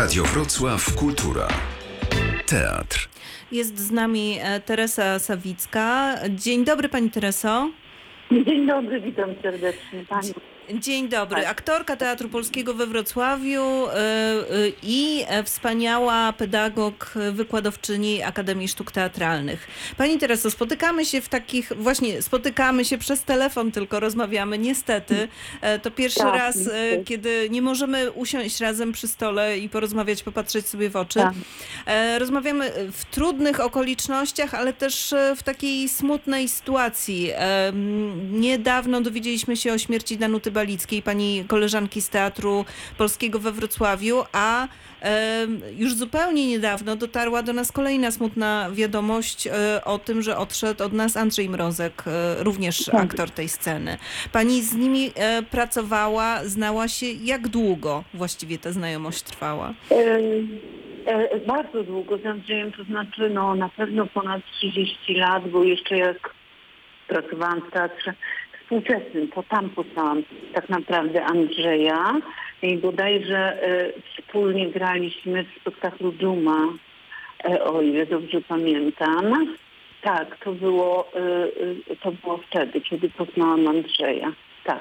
Radio Wrocław Kultura. Teatr. Jest z nami Teresa Sawicka. Dzień dobry, pani Tereso. Dzień dobry, witam serdecznie pani. Dzień dobry. Aktorka Teatru Polskiego we Wrocławiu i wspaniała pedagog, wykładowczyni Akademii Sztuk Teatralnych. Pani Tereso, spotykamy się przez telefon, tylko rozmawiamy. Niestety, to pierwszy raz, kiedy nie możemy usiąść razem przy stole i porozmawiać, popatrzeć sobie w oczy. Rozmawiamy w trudnych okolicznościach, ale też w takiej smutnej sytuacji. Niedawno dowiedzieliśmy się o śmierci Danuty Balickiej, pani koleżanki z Teatru Polskiego we Wrocławiu, a już zupełnie niedawno dotarła do nas kolejna smutna wiadomość o tym, że odszedł od nas Andrzej Mrozek, również aktor tej sceny. Pani z nimi pracowała, znała się. Jak długo właściwie ta znajomość trwała? Bardzo długo z Andrzejem, to znaczy na pewno ponad 30 lat, bo jeszcze jak pracowałam w teatrze współczesnym, to tam poznałam tak naprawdę Andrzeja i bodajże wspólnie graliśmy w spektaklu Duma, o ile dobrze pamiętam. Tak, to było wtedy, kiedy poznałam Andrzeja. Tak.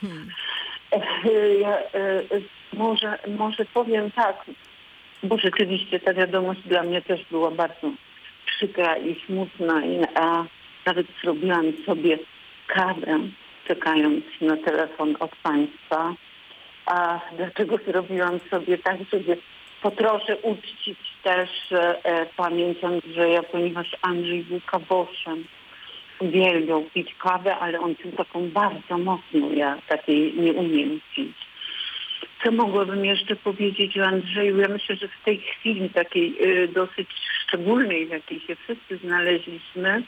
Może powiem tak, bo rzeczywiście ta wiadomość dla mnie też była bardzo przykra i smutna, a nawet zrobiłam sobie kawę, czekając na telefon od państwa. A dlaczego zrobiłam sobie tak, żeby po trosze uczcić też pamięć Andrzeja, ponieważ Andrzej był kawoszem. Uwielbiał pić kawę, ale on pił taką bardzo mocną, ja takiej nie umiem pić. Co mogłabym jeszcze powiedzieć o Andrzeju? Ja myślę, że w tej chwili takiej dosyć szczególnej, w jakiej się wszyscy znaleźliśmy,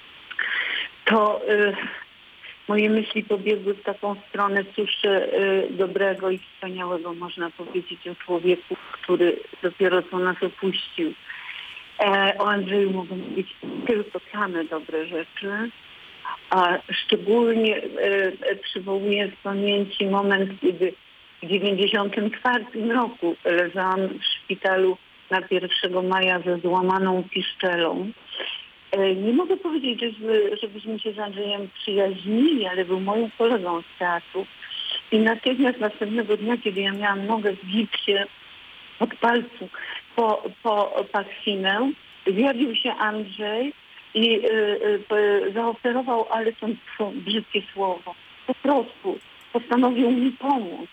to moje myśli pobiegły w taką stronę cóż dobrego i wspaniałego, można powiedzieć, o człowieku, który dopiero co nas opuścił. O Andrzeju mogę mówić tylko same dobre rzeczy, a szczególnie przywołuję w pamięci moment, kiedy w 1994 roku leżałam w szpitalu na 1 maja ze złamaną piszczelą. Nie mogę powiedzieć, żebyśmy się z Andrzejem przyjaźnili, ale był moim kolegą z teatru. I natychmiast następnego dnia, kiedy ja miałam nogę w gipsie od palcu po pachwinę, zjawił się Andrzej i zaoferował, ale to brzydkie słowo, po prostu postanowił mi pomóc.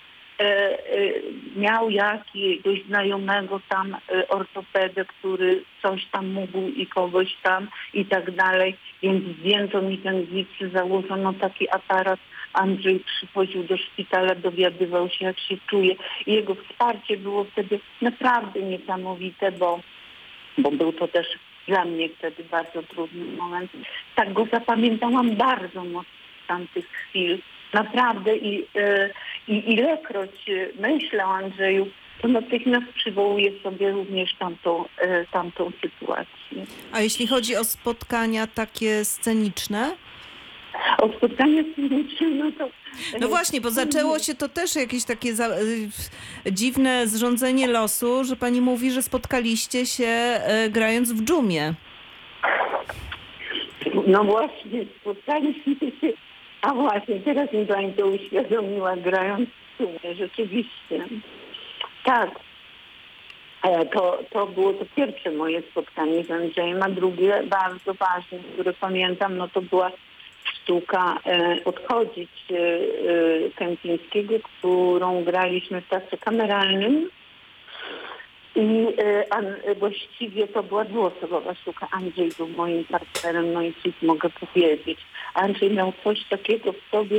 Miał jakiegoś znajomego tam ortopedę, który coś tam mógł i kogoś tam i tak dalej, więc zdjęto mi ten gips, założono taki aparat. Andrzej przychodził do szpitala, dowiadywał się, jak się czuje. I jego wsparcie było wtedy naprawdę niesamowite, bo był to też dla mnie wtedy bardzo trudny moment. Tak go zapamiętałam bardzo mocno z tamtych chwil. Naprawdę i ilekroć myślę o Andrzeju, to natychmiast przywołuję sobie również tamtą sytuację. A jeśli chodzi o spotkania takie sceniczne? O spotkania sceniczne, no to... No właśnie, bo zaczęło się to też jakieś takie dziwne zrządzenie losu, że pani mówi, że spotkaliście się grając w Dżumie. No właśnie, spotkaliśmy się. A właśnie, teraz mi pani to uświadomiła, grając w sumie, rzeczywiście. Tak, to było to pierwsze moje spotkanie z Andrzejem, a drugie, bardzo ważne, które pamiętam, no to była sztuka Odchodzić Kępińskiego, którą graliśmy w Teatrze Kameralnym. I właściwie to była dwuosobowa sztuka. Andrzej był moim partnerem, no i cóż mogę powiedzieć. Andrzej miał coś takiego w sobie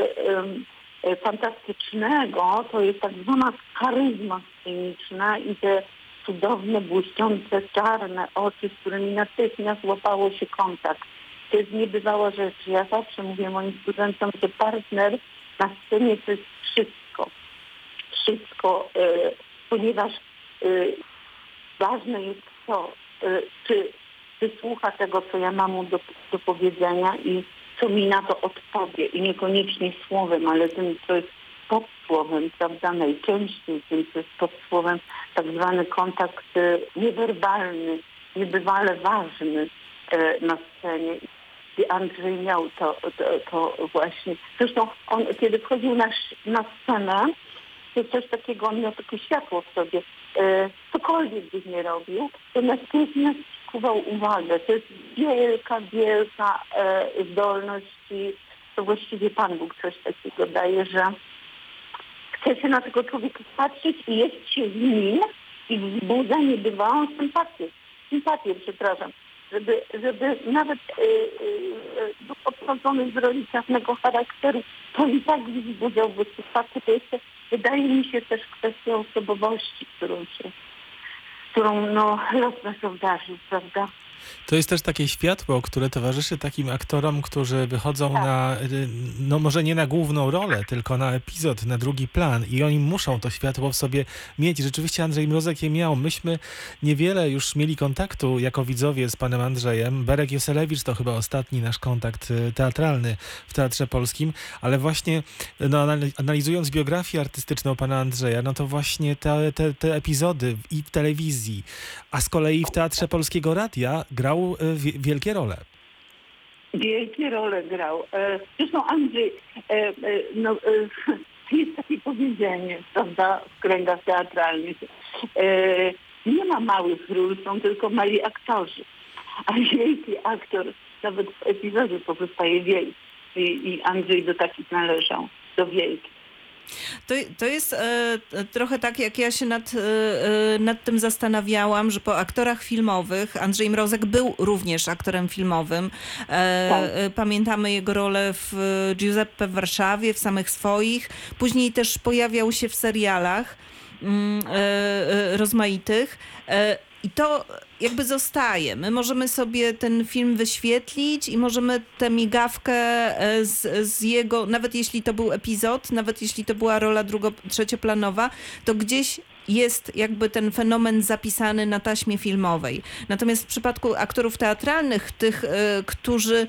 fantastycznego, to jest tak zwana charyzma sceniczna i te cudowne, błyszczące, czarne oczy, z którymi natychmiast łapało się kontakt. To jest niebywała rzecz. Ja zawsze mówię moim studentom, że partner na scenie to jest wszystko. Wszystko, ponieważ ważne jest to, czy słucha tego, co ja mam mu do powiedzenia i co mi na to odpowie. I niekoniecznie słowem, ale tym, co jest pod słowem, prawda, najczęściej, więc jest pod słowem tak zwany kontakt niewerbalny, niebywale ważny na scenie. I Andrzej miał to właśnie. Zresztą on, kiedy wchodził na scenę, to coś takiego, on miał takie światło w sobie. Cokolwiek byś nie robił, to natychmiast skuwał uwagę. To jest wielka zdolność i to właściwie Pan Bóg coś takiego daje, że chce się na tego człowieka patrzeć i jest się z nim i wzbudza niebywałą sympatię, żeby nawet obsadzony z roli czarnego charakteru, to i tak wzbudzałby sympatię. To jest, wydaje mi się, też kwestia osobowości, którą los nas obdarzył, prawda? To jest też takie światło, które towarzyszy takim aktorom, którzy wychodzą na, no może nie na główną rolę, tylko na epizod, na drugi plan i oni muszą to światło w sobie mieć. Rzeczywiście Andrzej Mrozek je miał. Myśmy niewiele już mieli kontaktu jako widzowie z panem Andrzejem. Berek Joselewicz to chyba ostatni nasz kontakt teatralny w Teatrze Polskim, ale właśnie analizując biografię artystyczną pana Andrzeja, no to właśnie te epizody i w telewizji, a z kolei w Teatrze Polskiego Radia grał wielkie role. Wielkie role grał. Zresztą Andrzej, jest takie powiedzenie, prawda, w kręgach teatralnych. Nie ma małych ról, są tylko mali aktorzy. A wielki aktor nawet w epizodzie pozostaje wielki. I Andrzej do takich należał, do wielkich. To jest trochę tak, jak ja się nad tym zastanawiałam, że po aktorach filmowych Andrzej Mrozek był również aktorem filmowym. Pamiętamy jego rolę w Giuseppe w Warszawie, w Samych swoich. Później też pojawiał się w serialach rozmaitych. I to jakby zostaje. My możemy sobie ten film wyświetlić i możemy tę migawkę z jego, nawet jeśli to był epizod, nawet jeśli to była rola trzecioplanowa, to gdzieś jest jakby ten fenomen zapisany na taśmie filmowej. Natomiast w przypadku aktorów teatralnych, tych, którzy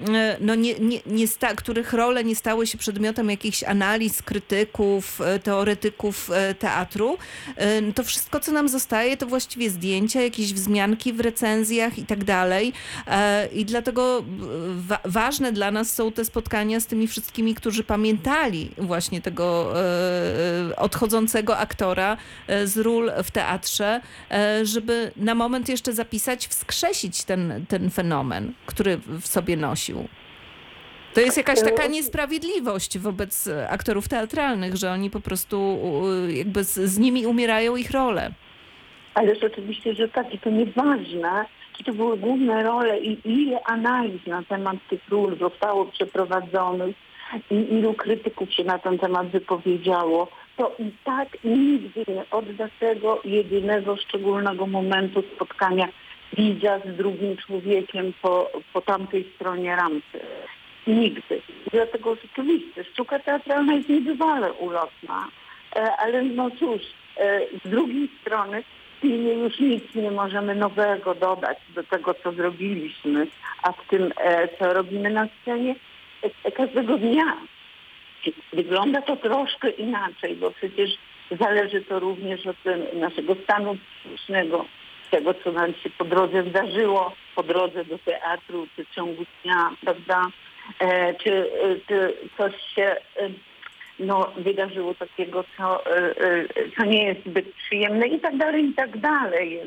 których role nie stały się przedmiotem jakichś analiz, krytyków, teoretyków teatru, to wszystko, co nam zostaje, to właściwie zdjęcia, jakieś wzmianki w recenzjach i tak dalej. I dlatego ważne dla nas są te spotkania z tymi wszystkimi, którzy pamiętali właśnie tego odchodzącego aktora z ról w teatrze, żeby na moment jeszcze zapisać, wskrzesić ten fenomen, który w sobie nosi. To jest jakaś taka niesprawiedliwość wobec aktorów teatralnych, że oni po prostu jakby z nimi umierają ich role. Ależ oczywiście, że tak. I to nieważne, czy to były główne role i ile analiz na temat tych ról zostało przeprowadzonych i ilu krytyków się na ten temat wypowiedziało, to i tak nigdy nie odda tego jedynego, szczególnego momentu spotkania widza z drugim człowiekiem po tamtej stronie rampy. Nigdy. Dlatego rzeczywiście sztuka teatralna jest niebywale ulotna, ale no cóż, z drugiej strony w filmie już nic nie możemy nowego dodać do tego, co zrobiliśmy, a w tym, co robimy na scenie każdego dnia. Wygląda to troszkę inaczej, bo przecież zależy to również od naszego stanu psychicznego, tego, co nam się po drodze zdarzyło, po drodze do teatru, czy w ciągu dnia, prawda? Czy coś się wydarzyło takiego, co nie jest zbyt przyjemne i tak dalej, i tak dalej.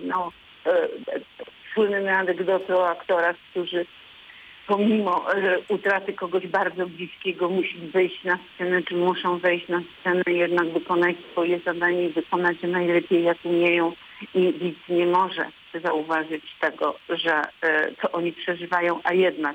Słynne anegdoty o aktorach, którzy pomimo utraty kogoś bardzo bliskiego musi wejść na scenę, czy muszą wejść na scenę, jednak wykonać swoje zadanie i wykonać je najlepiej, jak umieją i widz nie może zauważyć tego, że to oni przeżywają, a jednak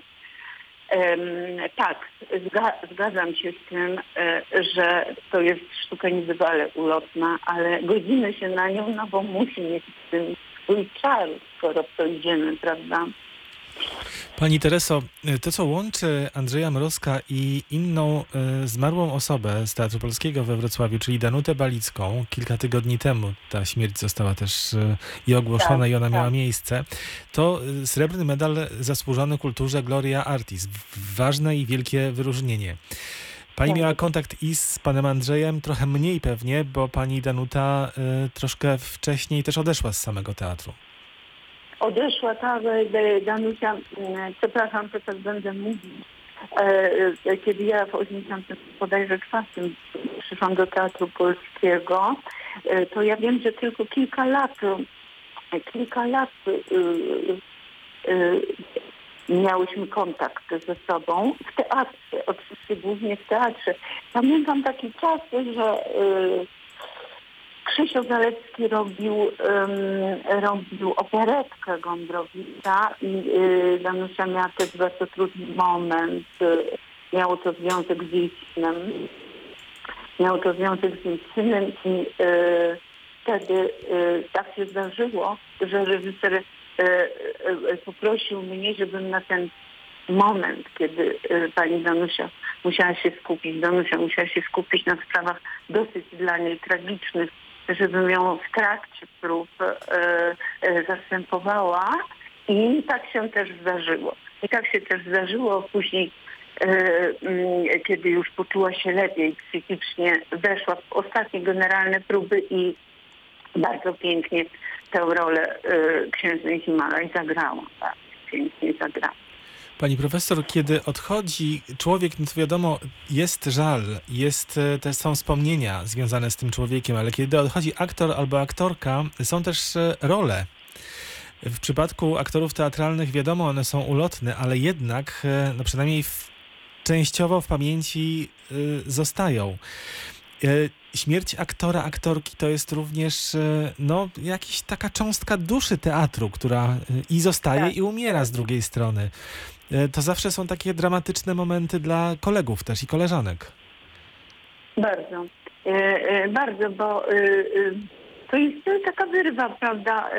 tak, zgadzam się z tym, że to jest sztuka niebywale ulotna, ale godzimy się na nią, no bo musi mieć w tym swój czar, skoro w to idziemy, prawda? Pani Tereso, to co łączy Andrzeja Mrozka i inną zmarłą osobę z Teatru Polskiego we Wrocławiu, czyli Danutę Balicką, kilka tygodni temu ta śmierć została też i ogłoszona i ona miała miejsce, to srebrny medal zasłużony kulturze Gloria Artis. Ważne i wielkie wyróżnienie. Pani miała kontakt i z panem Andrzejem, trochę mniej pewnie, bo pani Danuta troszkę wcześniej też odeszła z samego teatru. Odeszła ta Danusia, przepraszam, że tak będę mówić. Kiedy ja w 84 przyszłam do Teatru Polskiego, to ja wiem, że tylko kilka lat miałyśmy kontakt ze sobą w teatrze, oczywiście głównie w teatrze. Pamiętam taki czas, że Krzysio Zalewski robił operetkę Gombrowicza i Danusia miała też bardzo trudny moment. Miało to związek z jej synem. I wtedy tak się zdarzyło, że reżyser poprosił mnie, żebym na ten moment, kiedy pani Danusia musiała się skupić na sprawach dosyć dla niej tragicznych, żebym ją w trakcie prób zastępowała i tak się też zdarzyło. Później, kiedy już poczuła się lepiej psychicznie, weszła w ostatnie generalne próby i bardzo pięknie tę rolę księżnej Himalaj zagrała. Tak, pięknie zagrała. Pani profesor, kiedy odchodzi człowiek, no to wiadomo, jest żal, są wspomnienia związane z tym człowiekiem, ale kiedy odchodzi aktor albo aktorka, są też role. W przypadku aktorów teatralnych wiadomo, one są ulotne, ale jednak, no przynajmniej częściowo w pamięci zostają. Śmierć aktora, aktorki to jest również jakaś taka cząstka duszy teatru, która i zostaje, i umiera z drugiej strony. To zawsze są takie dramatyczne momenty dla kolegów też i koleżanek. Bardzo, bo to jest taka wyrwa, prawda?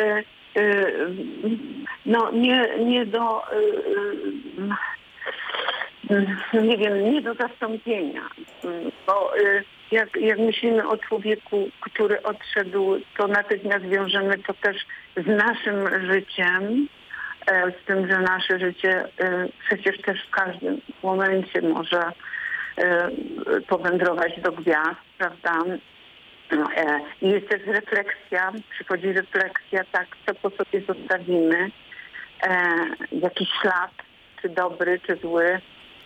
Nie do zastąpienia, bo jak myślimy o człowieku, który odszedł, to natychmiast wiążemy to też z naszym życiem, z tym, że nasze życie przecież też w każdym momencie może powędrować do gwiazd, prawda? I jest też przychodzi refleksja, tak, co po sobie zostawimy, jakiś ślad, czy dobry, czy zły.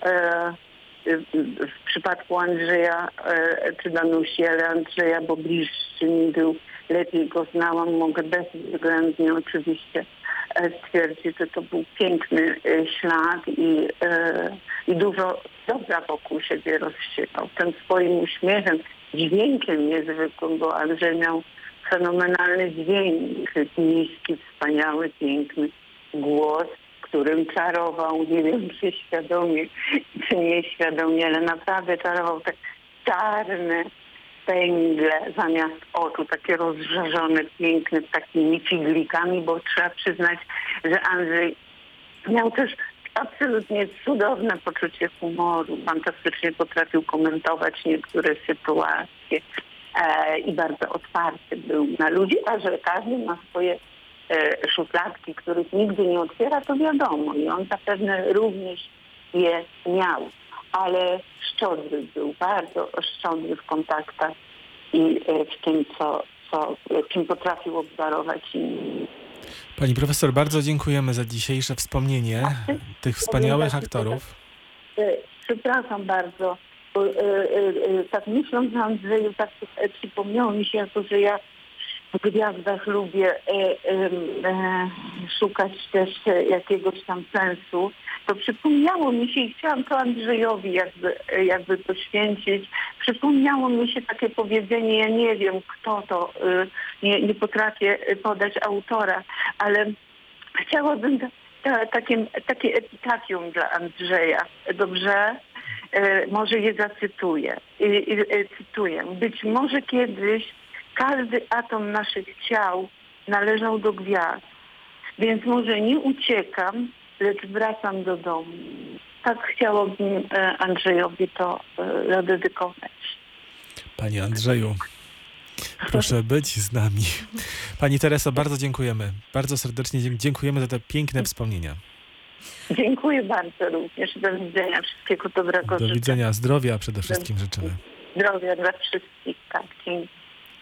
W przypadku Andrzeja czy Danusi, ale Andrzeja, bo bliższy mi był, lepiej go znałam, mogę bezwzględnie oczywiście stwierdzić, że to był piękny ślad i dużo dobra wokół siebie rozsiewał. Tym swoim uśmiechem, dźwiękiem niezwykłym, bo Andrzej miał fenomenalny dźwięk, niski, wspaniały, piękny głos, którym czarował, nie wiem, czy świadomie, czy nieświadomie, ale naprawdę czarował tak czarne pęgle zamiast oczu, takie rozżarzone, piękne, z takimi figlikami, bo trzeba przyznać, że Andrzej miał też absolutnie cudowne poczucie humoru, fantastycznie potrafił komentować niektóre sytuacje i bardzo otwarty był na ludzi, a że każdy ma swoje szufladki, których nigdy nie otwiera, to wiadomo i on zapewne również je miał, ale szczodry był, bardzo szczodry w kontaktach i w tym, czym potrafił obdarować inni. Pani profesor, bardzo dziękujemy za dzisiejsze wspomnienie tych wspaniałych aktorów. Przepraszam bardzo, bo tak myśląc o Andrzeju, tak przypomniało mi się, że ja w gwiazdach lubię szukać też jakiegoś tam sensu. To przypomniało mi się i chciałam to Andrzejowi jakby poświęcić. Przypomniało mi się takie powiedzenie, ja nie wiem kto to, nie potrafię podać autora, ale chciałabym takie epitafium dla Andrzeja. Dobrze? Może je zacytuję. Cytuję. Być może kiedyś każdy atom naszych ciał należał do gwiazd, więc może nie uciekam, lecz wracam do domu. Tak chciałabym Andrzejowi to zadedykować. Panie Andrzeju, proszę być z nami. Pani Tereso, bardzo dziękujemy. Bardzo serdecznie dziękujemy za te piękne wspomnienia. Dziękuję bardzo również. Do widzenia. Wszystkiego dobrego. Do widzenia. Zdrowia przede wszystkim życzymy. Zdrowia dla wszystkich. Tak, dzięki.